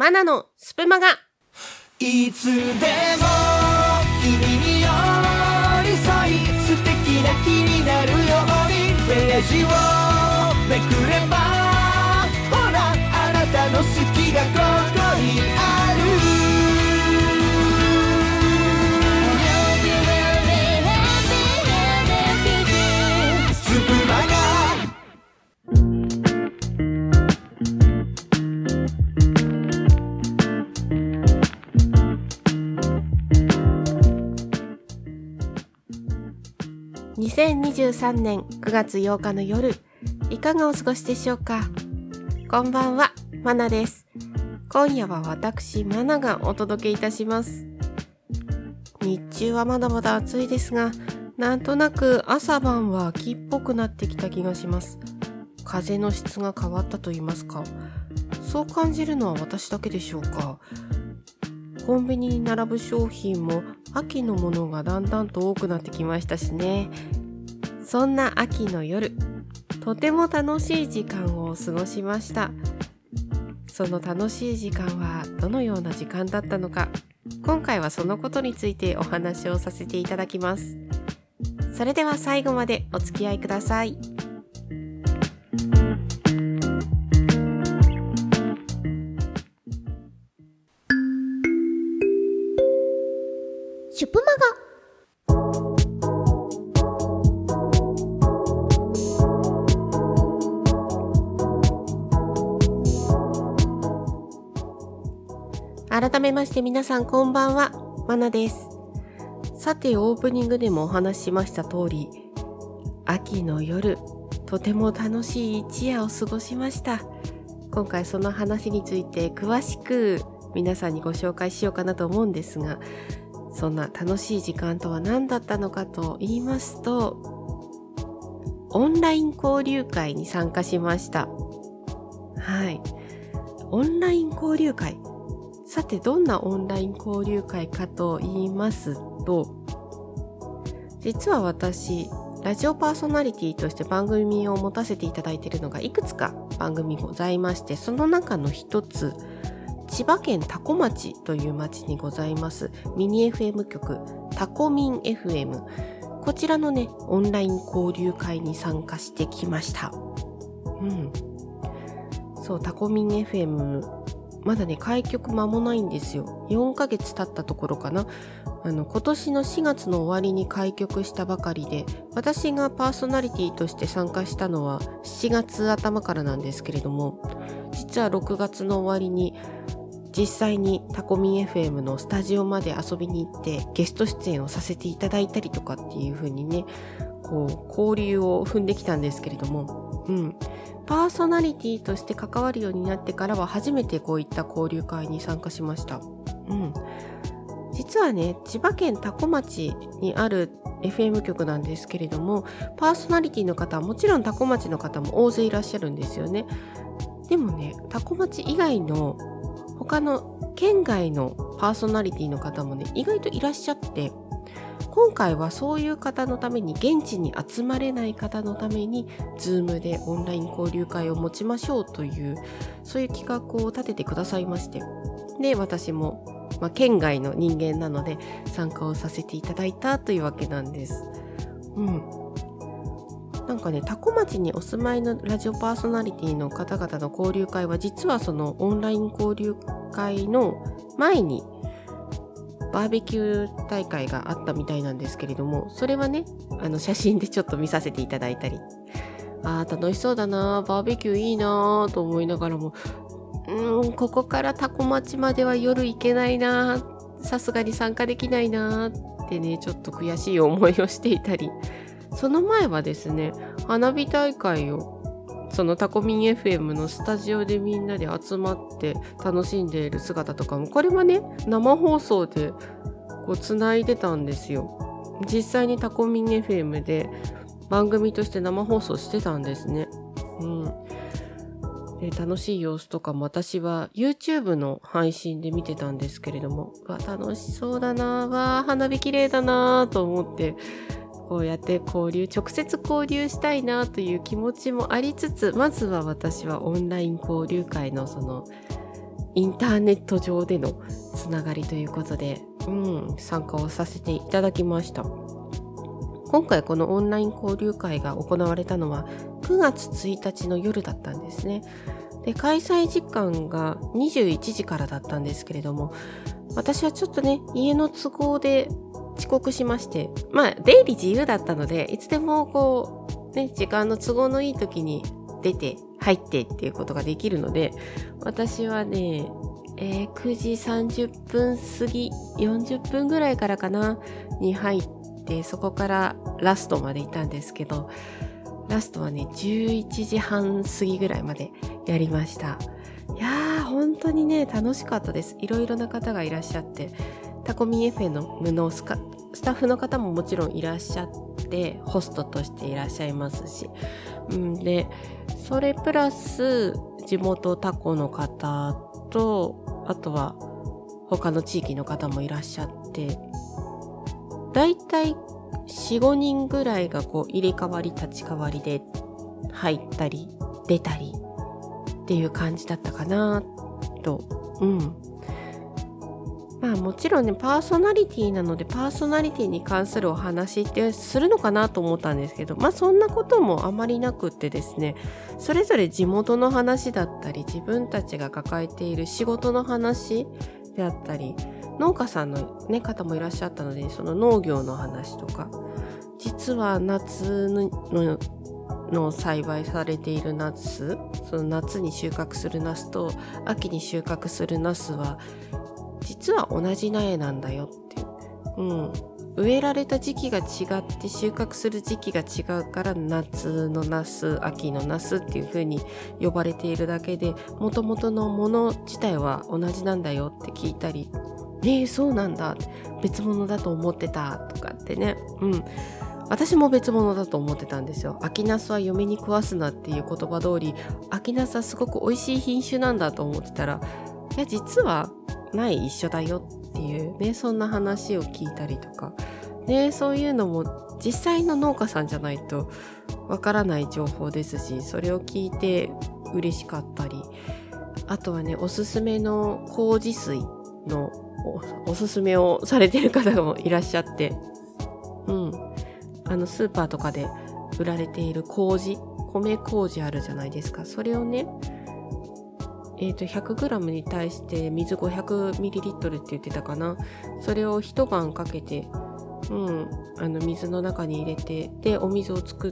マナのスプマガ。 いつでも君に寄り添い素敵な日になるようにページをめくればほらあなたの好きがここにある。スプマガ 2023年9月8日の夜、いかがお過ごしでしょうか。こんばんは、マナです。今夜は私マナがお届けいたします。日中はまだまだ暑いですが、なんとなく朝晩は秋っぽくなってきた気がします。風の質が変わったと言いますか、そう感じるのは私だけでしょうか。コンビニに並ぶ商品も秋のものがだんだんと多くなってきましたしね。そんな秋の夜、とても楽しい時間を過ごしました。その楽しい時間はどのような時間だったのか、今回はそのことについてお話をさせていただきます。それでは最後までお付き合いください。 シュプマガ。 改めまして皆さんこんばんは、マナです。さてオープニングでもお話ししました通り、秋の夜、とても楽しい一夜を過ごしました。今回その話について詳しく皆さんにご紹介しようかなと思うんですが、そんな楽しい時間とは何だったのかと言いますと、オンライン交流会に参加しました。はい。オンライン交流会。さてどんなオンライン交流会かと言いますと、実は私、ラジオパーソナリティとして番組を持たせていただいているのがいくつか番組ございまして、その中の一つ、千葉県多古町という町にございますミニ FM 局タコミン FM、 こちらのねオンライン交流会に参加してきました。そう、タコミン FM まだね開局間もないんですよ。4ヶ月経ったところかな。今年の4月の終わりに開局したばかりで、私がパーソナリティとして参加したのは7月頭からなんですけれども、実は6月の終わりに実際にタコミン FM のスタジオまで遊びに行ってゲスト出演をさせていただいたりとかっていう風にね、こう交流を踏んできたんですけれども、パーソナリティとして関わるようになってからは初めてこういった交流会に参加しました。実はね、千葉県多古町にある FM 局なんですけれども、パーソナリティの方はもちろん多古町の方も大勢いらっしゃるんですよね。でもね、多古町以外の他の県外のパーソナリティの方もね、意外といらっしゃって、今回はそういう方のために、現地に集まれない方のために Zoom でオンライン交流会を持ちましょうという、そういう企画を立ててくださいまして、で私も、県外の人間なので参加をさせていただいたというわけなんです。なんかね、多古町にお住まいのラジオパーソナリティの方々の交流会は、実はそのオンライン交流会の前にバーベキュー大会があったみたいなんですけれども、それはね、写真でちょっと見させていただいたり、楽しそうだな、バーベキューいいなと思いながらも、ここから多古町までは夜行けないな、さすがに参加できないなってね、ちょっと悔しい思いをしていたり、その前はですね、花火大会をそのタコミン FM のスタジオでみんなで集まって楽しんでいる姿とかも、これはね生放送でこうつないでたんですよ。実際にタコミン FM で番組として生放送してたんですね。で楽しい様子とかも私は YouTube の配信で見てたんですけれども、楽しそうだな、花火綺麗だなと思って、こうやって直接交流したいなという気持ちもありつつ、まずは私はオンライン交流会のそのインターネット上でのつながりということで、参加をさせていただきました。今回このオンライン交流会が行われたのは9月1日の夜だったんですね。で、開催時間が21時からだったんですけれども、私はちょっとね、家の都合で遅刻しまして、出入り自由だったので、いつでも時間の都合のいい時に出て入ってっていうことができるので、私はね、9時30分過ぎ、40分ぐらいからかなに入って、そこからラストまでいたんですけど、ラストはね、11時半過ぎぐらいまでやりました。いやー、本当にね、楽しかったです。いろいろな方がいらっしゃって、タコミン FM のスタッフの方ももちろんいらっしゃって、ホストとしていらっしゃいますし、で、それプラス地元タコの方と、あとは他の地域の方もいらっしゃって、だいたい 4,5 人ぐらいが入れ替わり立ち替わりで入ったり出たりっていう感じだったかなと。もちろんね、パーソナリティなのでパーソナリティに関するお話ってするのかなと思ったんですけど、そんなこともあまりなくってですね、それぞれ地元の話だったり、自分たちが抱えている仕事の話であったり、農家さんの、方もいらっしゃったので、その農業の話とか、実は夏の栽培されているナス、その夏に収穫するナスと秋に収穫するナスは実は同じ苗なんだよっていう、植えられた時期が違って収穫する時期が違うから、夏のナス、秋のナスっていう風に呼ばれているだけで、元々のもの自体は同じなんだよって聞いたり、そうなんだ、別物だと思ってたとかってね、私も別物だと思ってたんですよ。秋ナスは嫁に食わすなっていう言葉通り、秋ナスはすごく美味しい品種なんだと思ってたら、いや実は一緒だよっていうね、そんな話を聞いたりとか、そういうのも実際の農家さんじゃないとわからない情報ですし、それを聞いて嬉しかったり、あとはね、おすすめの麹水のおすすめをされてる方もいらっしゃって、スーパーとかで売られている米麹あるじゃないですか。それをね、100g に対して水 500ml って言ってたかな。それを一晩かけて、水の中に入れて、で、お水を作って、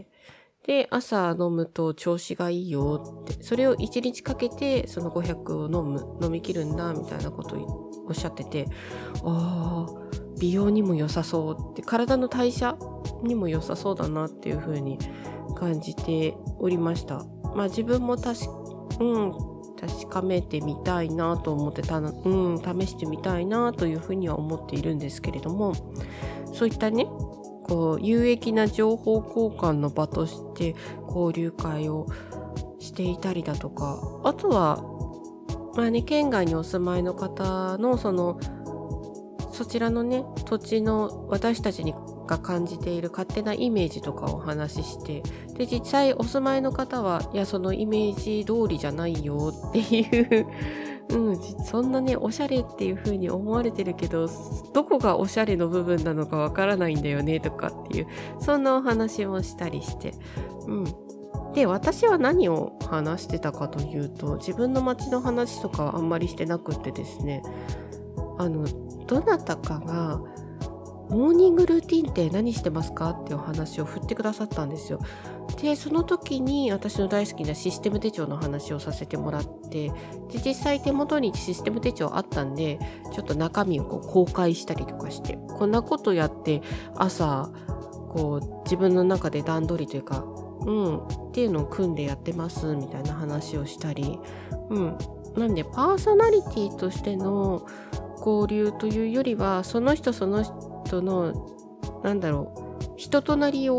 で、朝飲むと調子がいいよって、それを1日かけて、その500を飲み切るんだ、みたいなことをおっしゃってて、美容にも良さそうって、体の代謝にも良さそうだなっていう風に感じておりました。自分も確かめてみたいなと思って試してみたいなというふうには思っているんですけれども、そういったね、有益な情報交換の場として交流会をしていたりだとか、あとは県外にお住まいの方のそちらのね、土地の私たちが感じている勝手なイメージとかをお話しして、で、実際お住まいの方は、いや、そのイメージ通りじゃないよっていうそんなね、おしゃれっていう風に思われてるけど、どこがおしゃれの部分なのかわからないんだよねとかっていう、そんなお話もしたりして、で、私は何を話してたかというと、自分の街の話とかはあんまりしてなくってですね、どなたかがモーニングルーティンって何してますかっていうお話を振ってくださったんですよ。で、その時に私の大好きなシステム手帳の話をさせてもらって、で、実際手元にシステム手帳あったんで、ちょっと中身を公開したりとかして、こんなことやって朝自分の中で段取りというか、っていうのを組んでやってますみたいな話をしたり、なんでパーソナリティとしての交流というよりは、その人の人となりを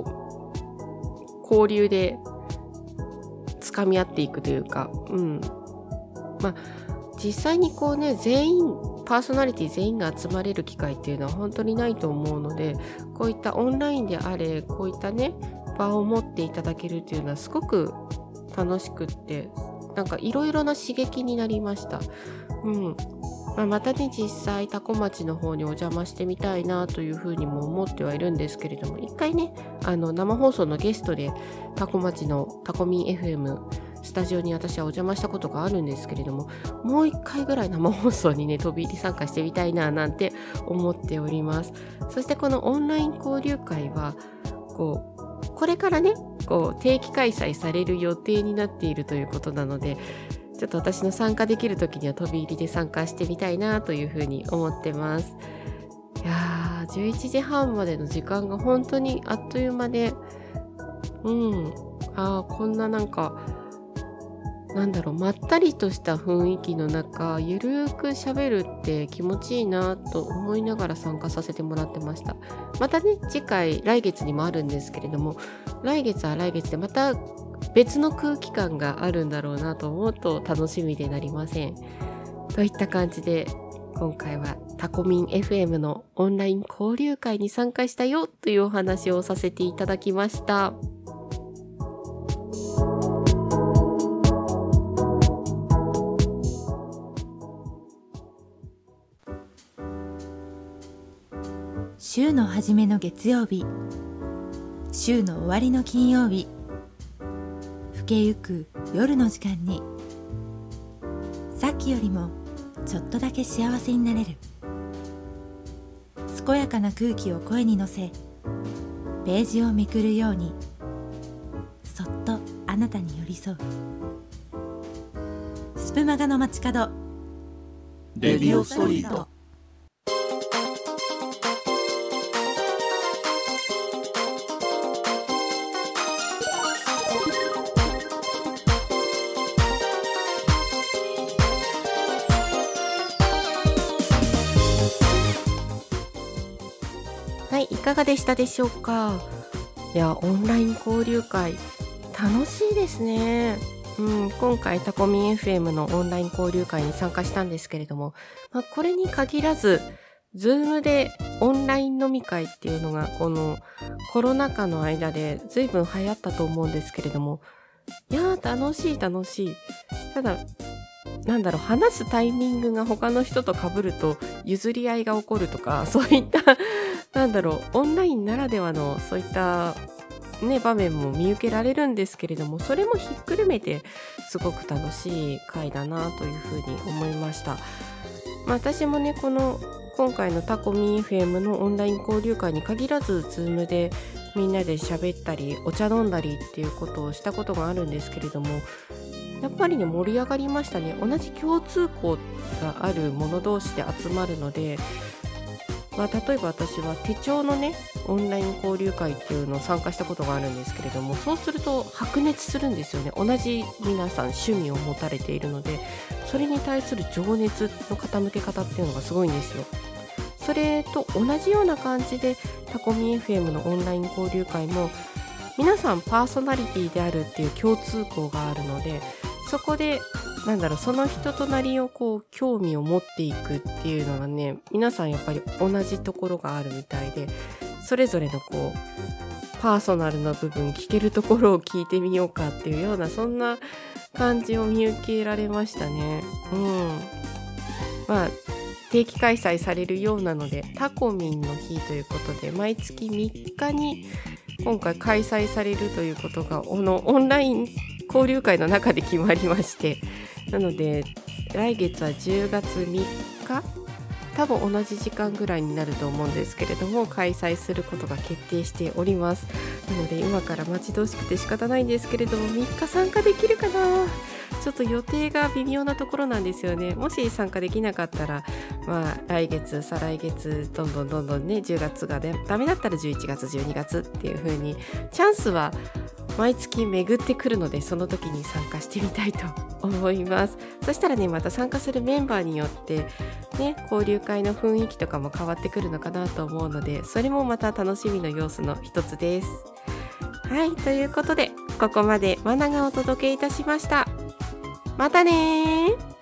交流でつかみ合っていくというか、実際に全員パーソナリティ全員が集まれる機会っていうのは本当にないと思うので、こういったオンラインであれ、こういったね場を持っていただけるっていうのはすごく楽しくって、 なんかいろいろな刺激になりました。またね、実際タコ町の方にお邪魔してみたいなというふうにも思ってはいるんですけれども、一回ね、生放送のゲストでタコ町のタコミン FMスタジオに私はお邪魔したことがあるんですけれども、もう一回ぐらい生放送にね、飛び入り参加してみたいななんて思っております。そしてこのオンライン交流会は、これからね、定期開催される予定になっているということなので、ちょっと私の参加できる時には飛び入りで参加してみたいなというふうに思ってます。いやー、11時半までの時間が本当にあっという間で、こんななんか、まったりとした雰囲気の中、ゆるーく喋るって気持ちいいなと思いながら参加させてもらってました。またね、次回、来月にもあるんですけれども、来月は来月でまた別の空気感があるんだろうなと思うと楽しみでなりません。といった感じで、今回はタコミン FM のオンライン交流会に参加したよというお話をさせていただきました。 週の初めの月曜日、週の終わりの金曜日、更けゆく夜の時間に、さっきよりもちょっとだけ幸せになれる。健やかな空気を声に乗せ、ページをめくるように、そっとあなたに寄り添う。スプマガの街角、 レディオストリート。 はい、いかがでしたでしょうか。いや、オンライン交流会楽しいですね。今回タコミン FM のオンライン交流会に参加したんですけれども、これに限らず Zoom でオンライン飲み会っていうのがこのコロナ禍の間で随分流行ったと思うんですけれども、いやー楽しい。ただ話すタイミングが他の人と被ると譲り合いが起こるとか、そういったオンラインならではのそういったね、場面も見受けられるんですけれども、それもひっくるめてすごく楽しい回だなというふうに思いました。私もね、今回のタコミン FM のオンライン交流会に限らず Zoom でみんなで喋ったりお茶飲んだりっていうことをしたことがあるんですけれども、やっぱりね盛り上がりましたね。同じ共通項がある者同士で集まるので、例えば私は手帳のねオンライン交流会っていうのを参加したことがあるんですけれども、そうすると白熱するんですよね。同じ皆さん趣味を持たれているので、それに対する情熱の傾け方っていうのがすごいんですよ。それと同じような感じでタコミ FM のオンライン交流会も皆さんパーソナリティであるっていう共通項があるので、そこでその人となりを興味を持っていくっていうのがね、皆さんやっぱり同じところがあるみたいで、それぞれのパーソナルな部分、聞けるところを聞いてみようかっていうような、そんな感じを見受けられましたね。定期開催されるようなので、タコミンの日ということで毎月3日に今回開催されるということがオンライン交流会の中で決まりまして、なので来月は10月3日、多分同じ時間ぐらいになると思うんですけれども、開催することが決定しております。なので今から待ち遠しくて仕方ないんですけれども、3日参加できるかな。ちょっと予定が微妙なところなんですよね。もし参加できなかったら、来月再来月どんどんね、10月がダメだったら11月12月っていう風にチャンスは毎月巡ってくるので、その時に参加してみたいと思います。そしたらね、また参加するメンバーによってね、交流会の雰囲気とかも変わってくるのかなと思うので、それもまた楽しみの要素の一つです。はい、ということでここまでマナがお届けいたしました。またねー。